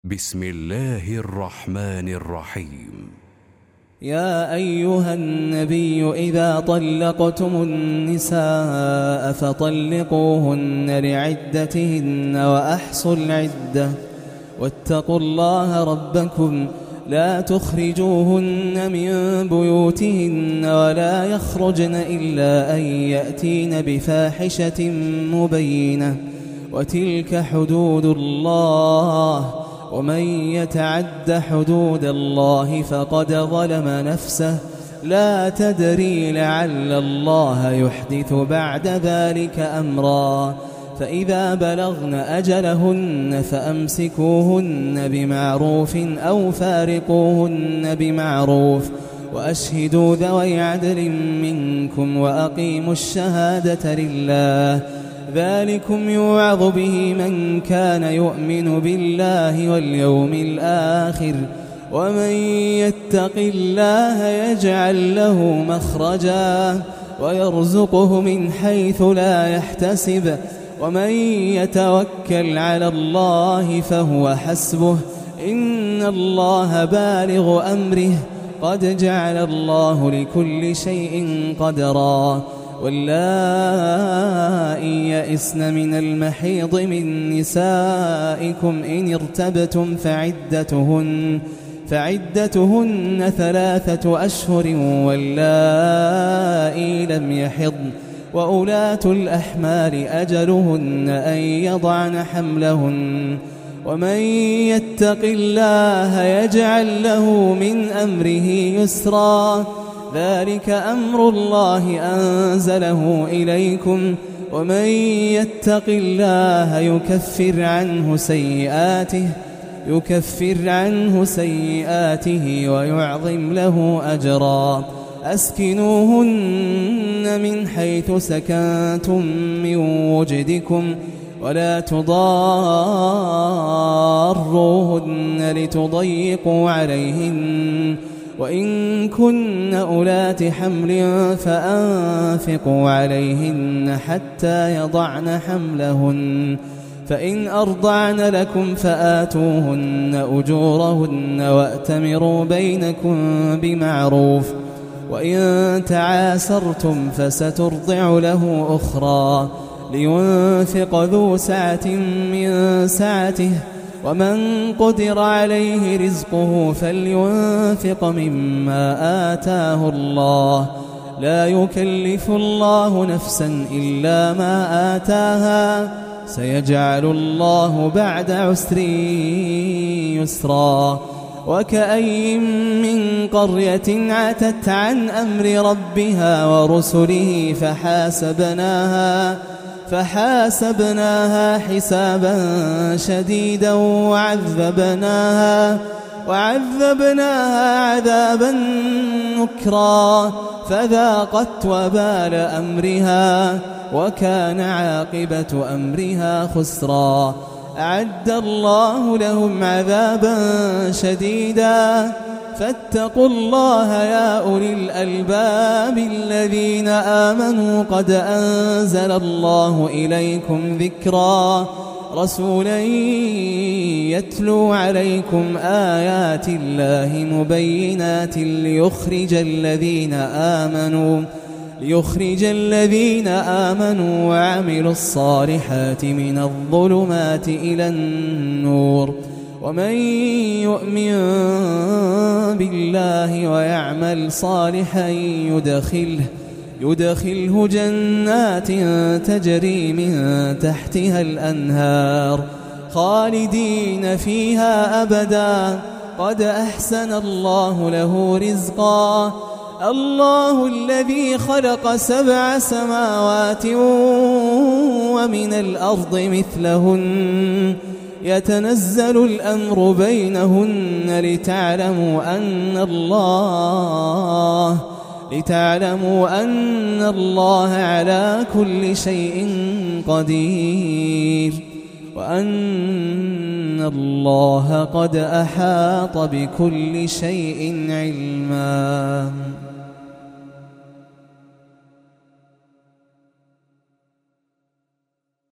بسم الله الرحمن الرحيم. يا أيها النبي إذا طلقتم النساء فطلقوهن لعدتهن وأحصوا العدة واتقوا الله ربكم لا تخرجوهن من بيوتهن ولا يخرجن إلا أن يأتين بفاحشة مبينة وتلك حدود الله ومن يتعد حدود الله فقد ظلم نفسه لا تدري لعل الله يحدث بعد ذلك أمرا فإذا بلغن أجلهن فأمسكوهن بمعروف أو فارقوهن بمعروف وأشهدوا ذوي عدل منكم وأقيموا الشهادة لله ذلكم يوعظ به من كان يؤمن بالله واليوم الآخر ومن يتق الله يجعل له مخرجا ويرزقه من حيث لا يحتسب ومن يتوكل على الله فهو حسبه إن الله بالغ أمره قد جعل الله لكل شيء قدرا واللائي يئسن من المحيض من نسائكم إن ارتبتم فعدتهن 3 أشهر واللائي لم يحضن وأولاة الأحمال أجلهن أن يضعن حملهن ومن يتق الله يجعل له من أمره يسرا ذلك أمر الله أنزله إليكم ومن يتق الله يكفر عنه سيئاته ويعظم له أجرا أسكنوهن من حيث سكنتم من وجدكم ولا تضاروهن لتضيقوا عليهن وإن كن أولات حمل فأنفقوا عليهن حتى يضعن حملهن فإن أرضعن لكم فآتوهن أجورهن وأتمروا بينكم بمعروف وإن تعاسرتم فسترضع له أخرى لينفق ذو سعة من سعته ومن قدر عليه رزقه فلينفق مما آتاه الله لا يكلف الله نفسا إلا ما آتاها سيجعل الله بعد عسر يسرا وكأي من قرية عتت عن أمر ربها ورسله فحاسبناها حسابا شديدا وعذبناها عذابا نكرا فذاقت وبال أمرها وكان عاقبة أمرها خسرا أعد الله لهم عذابا شديدا فاتقوا الله يا أولي الألباب الذين آمنوا قد أنزل الله إليكم ذكرا رسولا يتلو عليكم آيات الله مبينات ليخرج الذين آمنوا وعملوا الصالحات من الظلمات إلى النور ومن يؤمن بالله ويعمل صالحا يدخله جنات تجري من تحتها الأنهار خالدين فيها أبدا قد أحسن الله له رزقا الله الذي خلق 7 سماوات ومن الأرض مثلهن يتنزل الأمر بينهن لتعلموا أن الله على كل شيء قدير وأن الله قد أحاط بكل شيء علما.